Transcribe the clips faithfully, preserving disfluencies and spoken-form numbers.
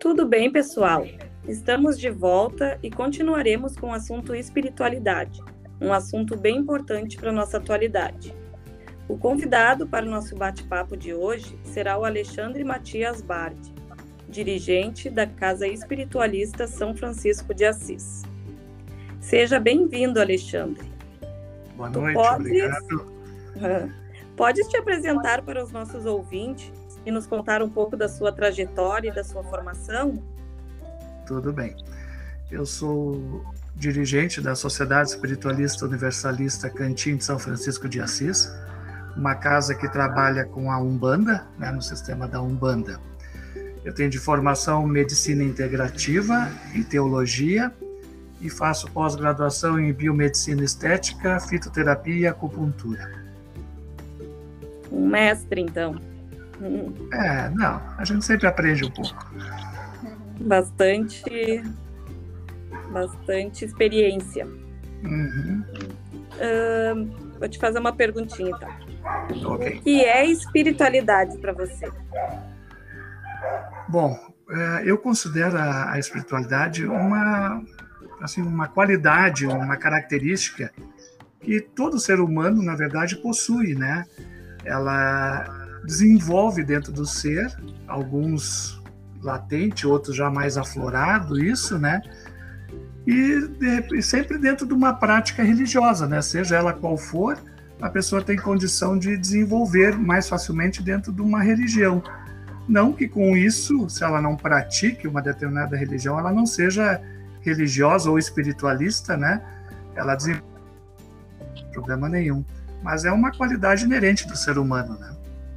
Tudo bem, pessoal? Estamos de volta e continuaremos com o assunto espiritualidade, um assunto bem importante para a nossa atualidade. O convidado para o nosso bate-papo de hoje será o Alexandre Matias Bardi, dirigente da Casa Espiritualista São Francisco de Assis. Seja bem-vindo, Alexandre. Boa noite, podes... obrigado. Podes te apresentar para os nossos ouvintes e nos contar um pouco da sua trajetória e da sua formação? Tudo bem. Eu sou dirigente da Sociedade Espiritualista Universalista Cantinho de São Francisco de Assis, uma casa que trabalha com a Umbanda, né, no sistema da Umbanda. Eu tenho de formação medicina integrativa e teologia e faço pós-graduação em biomedicina estética, fitoterapia e acupuntura. Um mestre, então. É, não, a gente sempre aprende um pouco. Bastante, bastante experiência. Uhum. Uh, vou te fazer uma perguntinha, então. Okay. O que é espiritualidade para você? Bom, eu considero a espiritualidade uma, assim, uma qualidade, uma característica que todo ser humano, na verdade, possui, né? Ela desenvolve dentro do ser, alguns latente, outros já mais aflorado, isso, né? E, de, e sempre dentro de uma prática religiosa, né? Seja ela qual for, a pessoa tem condição de desenvolver mais facilmente dentro de uma religião. Não que com isso, se ela não pratique uma determinada religião, ela não seja religiosa ou espiritualista, né? Ela desenvolve problema nenhum. Mas é uma qualidade inerente do ser humano, né?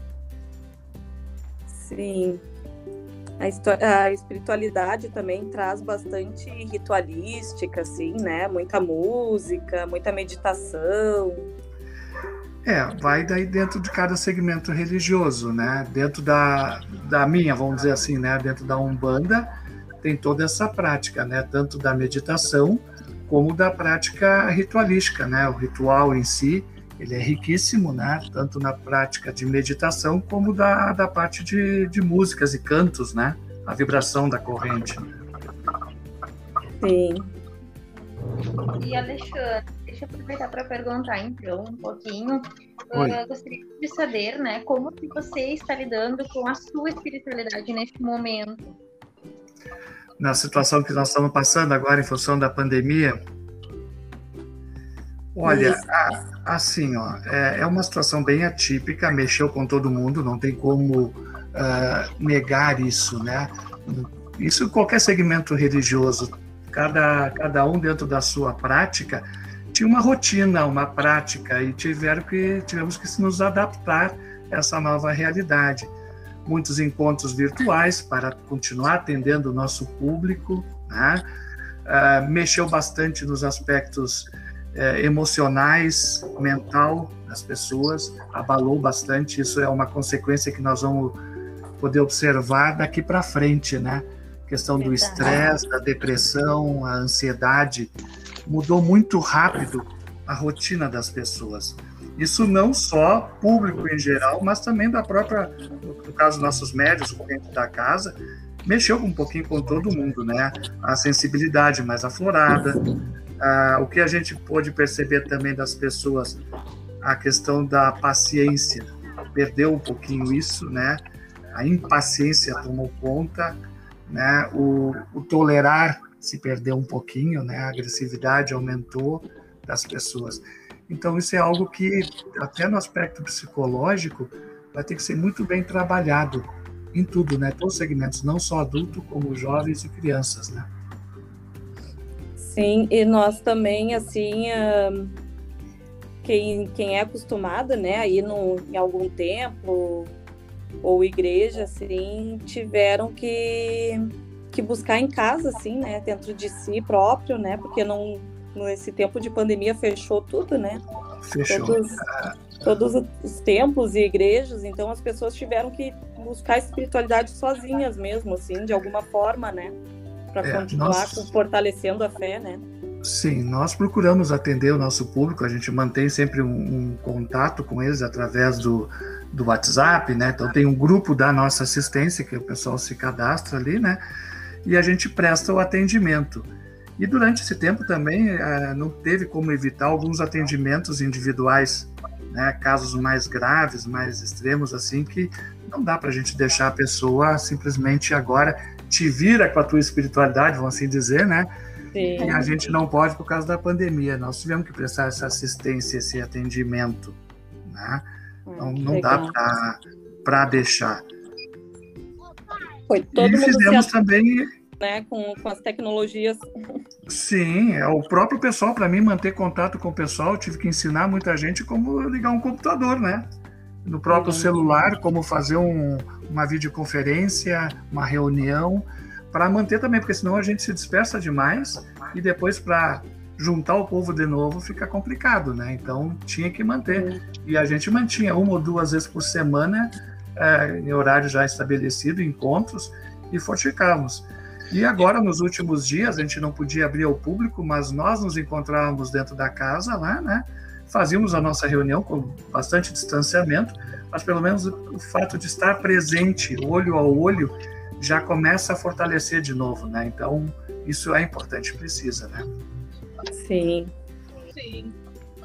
Sim. A, a espiritualidade também traz bastante ritualística, assim, né? Muita música, muita meditação. É, vai daí dentro de cada segmento religioso, né? Dentro da, da minha, vamos dizer assim, né? Dentro da Umbanda, tem toda essa prática, né? Tanto da meditação como da prática ritualística, né? O ritual em si, ele é riquíssimo, né? Tanto na prática de meditação como da, da parte de, de músicas e cantos, né? A vibração da corrente. Sim. E Alexandre, deixa eu aproveitar para perguntar então um pouquinho. Eu gostaria de saber, né, como que você está lidando com a sua espiritualidade neste momento? Na situação que nós estamos passando agora em função da pandemia, olha, a, assim, ó, é, é uma situação bem atípica, mexeu com todo mundo, não tem como uh, negar isso, né? Isso em qualquer segmento religioso, cada, cada um dentro da sua prática tinha uma rotina, uma prática, e tiveram que, tivemos que nos adaptar a essa nova realidade. Muitos encontros virtuais para continuar atendendo o nosso público, né? Uh, mexeu bastante nos aspectos É, emocionais, mental das pessoas, abalou bastante. Isso é uma consequência que nós vamos poder observar daqui para frente, né? A questão do estresse, da depressão, a ansiedade, mudou muito rápido a rotina das pessoas. Isso não só público em geral, mas também da própria, no caso nossos médios, dentro da casa, mexeu um pouquinho com todo mundo, né? A sensibilidade mais aflorada. Ah, o que a gente pôde perceber também das pessoas, a questão da paciência, perdeu um pouquinho isso, né? A impaciência tomou conta, né? O, o tolerar se perdeu um pouquinho, né? A agressividade aumentou das pessoas. Então isso é algo que, até no aspecto psicológico, vai ter que ser muito bem trabalhado em tudo, né? Todos os segmentos, não só adulto, como jovens e crianças, né? Sim, e nós também, assim, uh, quem, quem é acostumado, né, a ir no, em algum templo ou igreja, assim, tiveram que, que buscar em casa, assim, né, dentro de si próprio, né, porque não, nesse tempo de pandemia fechou tudo, né? Fechou. Todos, todos os templos e igrejas, então as pessoas tiveram que buscar espiritualidade sozinhas mesmo, assim, de alguma forma, né? Para é, continuar nós... fortalecendo a fé, né? Sim, nós procuramos atender o nosso público, a gente mantém sempre um, um contato com eles através do, do WhatsApp, né? Então tem um grupo da nossa assistência que o pessoal se cadastra ali, né? e a gente presta o atendimento. E durante esse tempo também eh, não teve como evitar alguns atendimentos individuais, né, casos mais graves, mais extremos, assim, que não dá para a gente deixar a pessoa simplesmente agora te vira com a tua espiritualidade, vamos assim dizer, né? Sim. E a gente não pode por causa da pandemia. Nós tivemos que prestar essa assistência, esse atendimento, né? Então não Legal. dá para deixar. Foi todo e mundo fizemos se... também... né, com, com as tecnologias. Sim, é o próprio pessoal, para mim manter contato com o pessoal, eu tive que ensinar muita gente como ligar um computador, né? No próprio uhum. celular, como fazer um, uma videoconferência, uma reunião, para manter também, porque senão a gente se dispersa demais e depois para juntar o povo de novo fica complicado, né? Então tinha que manter. Uhum. E a gente mantinha uma ou duas vezes por semana, é, em horário já estabelecido, encontros, e fortificávamos. E agora, nos últimos dias, a gente não podia abrir ao público, mas nós nos encontrávamos dentro da casa lá, né? Fazíamos a nossa reunião com bastante distanciamento, mas pelo menos o fato de estar presente, olho a olho, já começa a fortalecer de novo, né? Então, isso é importante, precisa, né? Sim. Sim.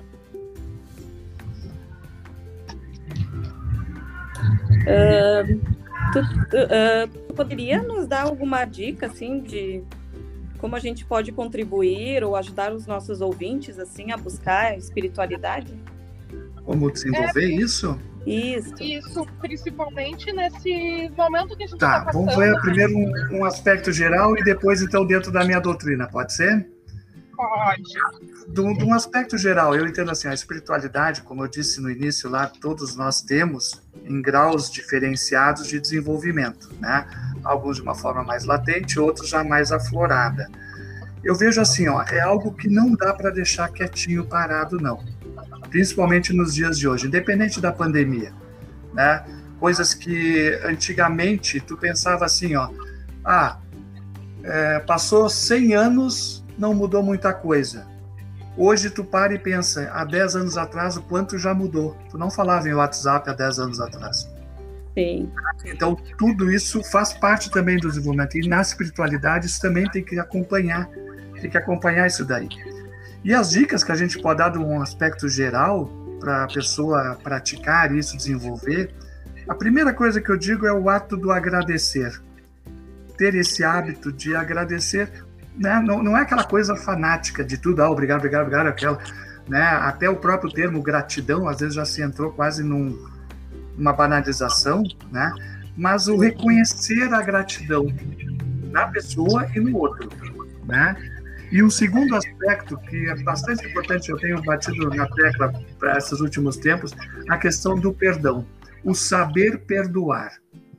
Uh, tu, tu, uh, tu poderia nos dar alguma dica, assim, de como a gente pode contribuir ou ajudar os nossos ouvintes, assim, a buscar a espiritualidade? Como desenvolver é, isso? Isso. Isso, principalmente nesse momento que a gente está Tá, tá passando. Vamos ver primeiro um, um aspecto geral e depois, então, dentro da minha doutrina, pode ser? Pode. De um aspecto geral, eu entendo assim, a espiritualidade, como eu disse no início lá, todos nós temos em graus diferenciados de desenvolvimento, né? Alguns de uma forma mais latente, outros já mais aflorada. Eu vejo assim, ó, é algo que não dá para deixar quietinho, parado, não. Principalmente nos dias de hoje, independente da pandemia, né? Coisas que antigamente tu pensava assim, ó, ah, é, passou cem anos, não mudou muita coisa. Hoje tu para e pensa, há dez anos atrás, o quanto já mudou. Tu não falava em WhatsApp há dez anos atrás. Sim. Então, tudo isso faz parte também do desenvolvimento. E na espiritualidade, isso também tem que acompanhar. Tem que acompanhar isso daí. E as dicas que a gente pode dar de um aspecto geral para a pessoa praticar isso, desenvolver, a primeira coisa que eu digo é o ato do agradecer. Ter esse hábito de agradecer, né? Não, não é aquela coisa fanática de tudo, ah, obrigado, obrigado, obrigado, aquela, né? Até o próprio termo gratidão, às vezes já se entrou quase num, numa banalização, né? Mas o reconhecer a gratidão na pessoa e no outro, né? E o segundo aspecto, que é bastante importante, eu tenho batido na tecla para esses últimos tempos, a questão do perdão, o saber perdoar,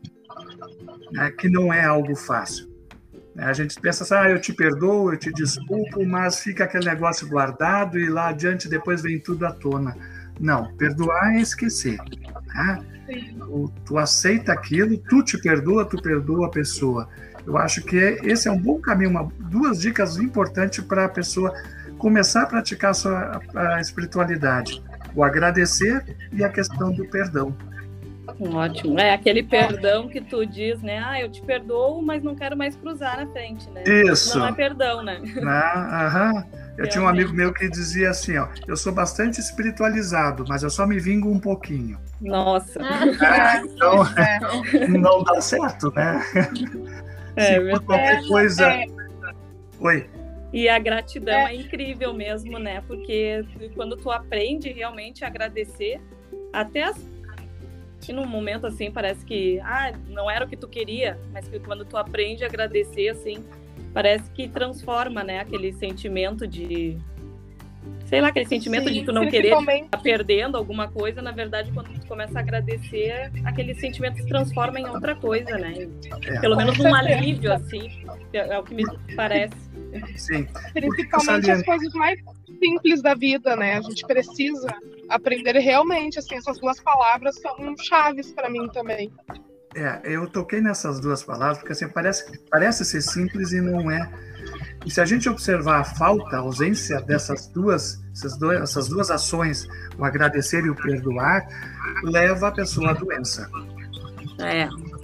né? Que não é algo fácil. A gente pensa assim, ah, eu te perdoo, eu te desculpo, mas fica aquele negócio guardado e lá adiante depois vem tudo à tona. Não, perdoar é esquecer. Né? Tu, tu aceita aquilo, tu te perdoa, tu perdoa a pessoa. Eu acho que esse é um bom caminho, uma, duas dicas importantes para a pessoa começar a praticar a sua a espiritualidade. O agradecer e a questão do perdão. Ótimo. É aquele perdão que tu diz, né? Ah, eu te perdoo, mas não quero mais cruzar na frente, né? Isso. Não é perdão, né? Ah, aham. Eu tinha um amigo meu que dizia assim, ó, eu sou bastante espiritualizado, mas eu só me vingo um pouquinho. Nossa. Ah, então, não dá certo, né? É, Se por qualquer coisa... É. Oi. E a gratidão é. é incrível mesmo, né? Porque quando tu aprende realmente a agradecer, até as... num momento assim, parece que ah, não era o que tu queria, mas que quando tu aprende a agradecer, assim, parece que transforma, né? Aquele sentimento de... Sei lá, aquele sentimento Sim, de tu não querer estar perdendo alguma coisa, na verdade, quando tu começa a agradecer, aquele sentimento se transforma em outra coisa, né? É. Pelo menos um alívio, assim, é o que me parece. Sim. Principalmente as coisas mais simples da vida, né? A gente precisa aprender realmente, assim, essas duas palavras são chaves para mim também. É, eu toquei nessas duas palavras, porque assim, parece, parece ser simples e não é. E se a gente observar a falta, a ausência dessas duas, essas duas, essas duas ações, o agradecer e o perdoar, leva a pessoa à doença. É.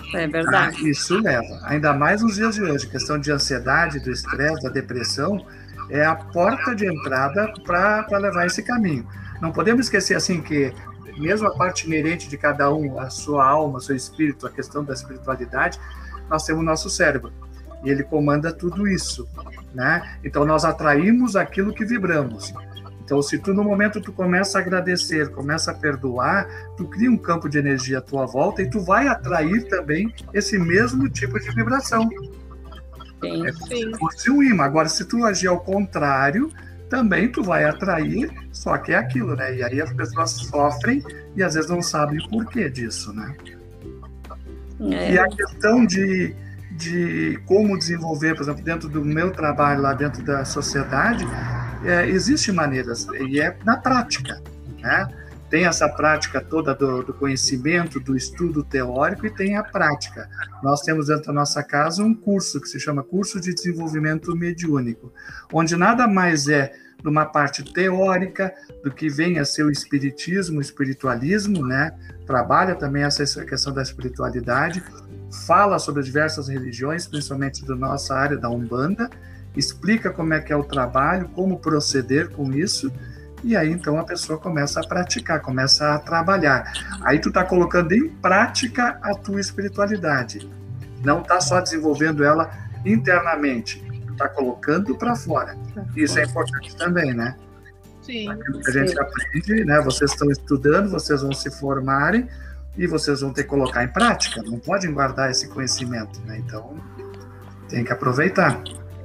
É verdade. Ah, isso leva. Ainda mais nos dias de hoje. A questão de ansiedade, do estresse, da depressão, é a porta de entrada para levar esse caminho. Não podemos esquecer, assim, que mesmo a parte inerente de cada um, a sua alma, o seu espírito, a questão da espiritualidade, nós temos o nosso cérebro. E ele comanda tudo isso, né? Então, nós atraímos aquilo que vibramos. Então, se tu, no momento, tu começa a agradecer, começa a perdoar, tu cria um campo de energia à tua volta e tu vai atrair também esse mesmo tipo de vibração. Sim, é sim. como se fosse um imã. Agora, se tu agir ao contrário, também tu vai atrair, só que é aquilo, né? E aí as pessoas sofrem e às vezes não sabem o porquê disso, né? É. E a questão de, de como desenvolver, por exemplo, dentro do meu trabalho, lá dentro da sociedade, é, existem maneiras, e é na prática, né? Tem essa prática toda do, do conhecimento, do estudo teórico, e tem a prática. Nós temos dentro da nossa casa um curso que se chama Curso de Desenvolvimento Mediúnico, onde nada mais é numa parte teórica do que vem a ser o espiritismo, o espiritualismo, né? Trabalha também essa questão da espiritualidade, fala sobre diversas religiões, principalmente da nossa área da Umbanda, explica como é que é o trabalho, como proceder com isso, e aí então a pessoa começa a praticar, começa a trabalhar. Aí tu está colocando em prática a tua espiritualidade, não está só desenvolvendo ela internamente, tu está colocando para fora. Isso é importante também, né? Sim. A gente aprende, né? Vocês estão estudando, vocês vão se formarem e vocês vão ter que colocar em prática, não podem guardar esse conhecimento, né? Então tem que aproveitar.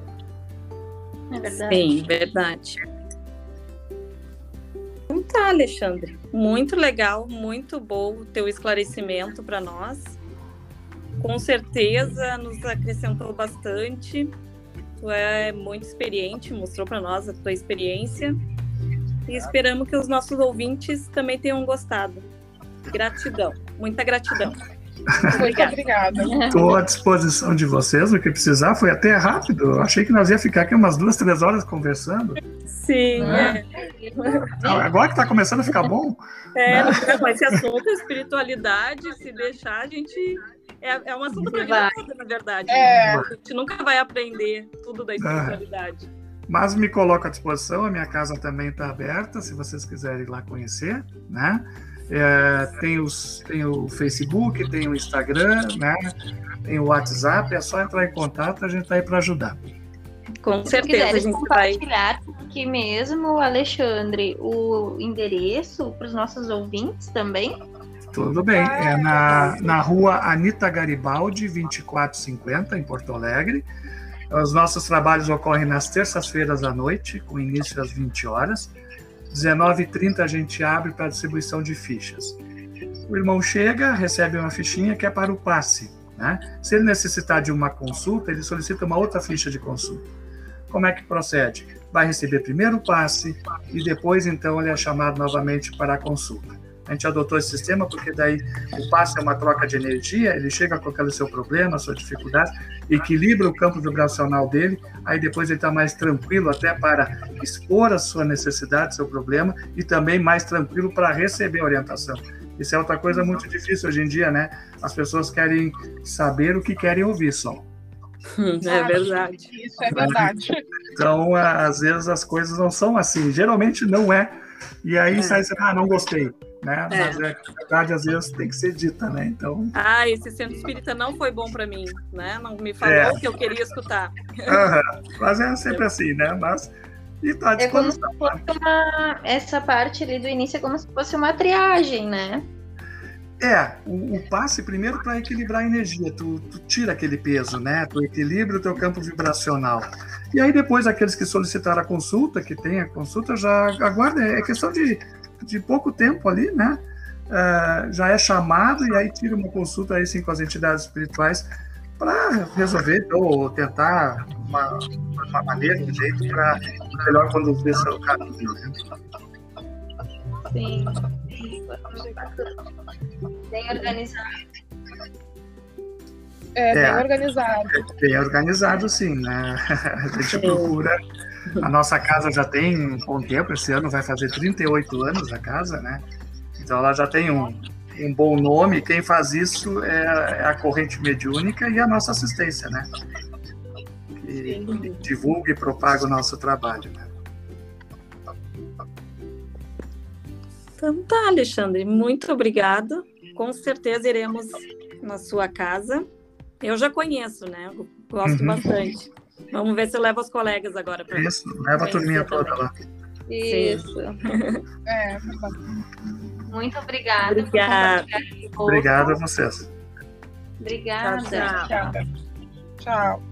É verdade. Sim, verdade. Então tá, Alexandre. Muito legal, muito bom o teu esclarecimento para nós. Com certeza nos acrescentou bastante. Tu é muito experiente, mostrou para nós a tua experiência. E esperamos que os nossos ouvintes também tenham gostado. Gratidão, muita gratidão. Muito obrigada. Estou à disposição de vocês, o que precisar. Foi até rápido. Eu achei que nós ia ficar aqui umas duas, três horas conversando. Sim. É. É. Agora que está começando a ficar bom. É, né? Com esse assunto, espiritualidade, se deixar, a gente... É, é um assunto para a vida toda, na verdade. É. A gente nunca vai aprender tudo da espiritualidade. É. Mas me coloco à disposição, a minha casa também está aberta, se vocês quiserem ir lá conhecer, né? É, tem, os, tem o Facebook, tem o Instagram, né? Tem o WhatsApp, é só entrar em contato, a gente está aí para ajudar. Com certeza a gente vai compartilhar aqui mesmo, Alexandre, o endereço para os nossos ouvintes também. Tudo bem, é na, na rua Anita Garibaldi, vinte e quatro cinquenta, em Porto Alegre. Os nossos trabalhos ocorrem nas terças-feiras à noite, com início às vinte horas. dezenove e trinta a gente abre para distribuição de fichas. O irmão chega, recebe uma fichinha que é para o passe, né? Se ele necessitar de uma consulta, ele solicita uma outra ficha de consulta. Como é que procede? Vai receber primeiro o passe e depois, então, ele é chamado novamente para a consulta. A gente adotou esse sistema porque daí o passe é uma troca de energia, ele chega com aquele seu problema, sua dificuldade, equilibra o campo vibracional dele, aí depois ele está mais tranquilo até para expor a sua necessidade, seu problema, e também mais tranquilo para receber a orientação. Isso é outra coisa muito difícil hoje em dia, né? As pessoas querem saber o que querem ouvir só. É verdade. Isso é verdade. Então, às vezes as coisas não são assim, geralmente não é, e aí é. sai assim, ah, não gostei. Né? É. Mas é, a verdade às vezes tem que ser dita, né? Então... Ah, esse centro espírita não foi bom para mim, né? Não me falou é. o que eu queria escutar. Uhum. Mas é sempre é. assim, né? Mas e tá à disposição. É como se fosse uma... Essa parte ali do início é como se fosse uma triagem, né? É, o, o passe primeiro para equilibrar a energia, tu, tu tira aquele peso, né? Tu equilibra o teu campo vibracional. E aí depois aqueles que solicitaram a consulta, que tem a consulta, já aguarda, é questão de de pouco tempo ali, né? Uh, já é chamado e aí tira uma consulta aí sim com as entidades espirituais para resolver ou tentar uma, uma maneira, um jeito para melhor conduzir seu caminho. Né? Sim, bem organizado. É, bem é, organizado. É bem organizado, sim, né? A gente procura. A nossa casa já tem um bom tempo, esse ano vai fazer trinta e oito anos a casa, né? Então ela já tem um, um bom nome, quem faz isso é, é a corrente mediúnica e a nossa assistência, né? Que divulga e propaga o nosso trabalho, né? Então tá, Alexandre, muito obrigada. Com certeza iremos na sua casa. Eu já conheço, né? Gosto uhum. bastante. Vamos ver se eu levo os colegas agora para isso. Leva a turminha toda lá. Isso. É, muito obrigada. Obrigada. Obrigado a vocês. Obrigada. Tchau, tchau. Tchau. Tchau.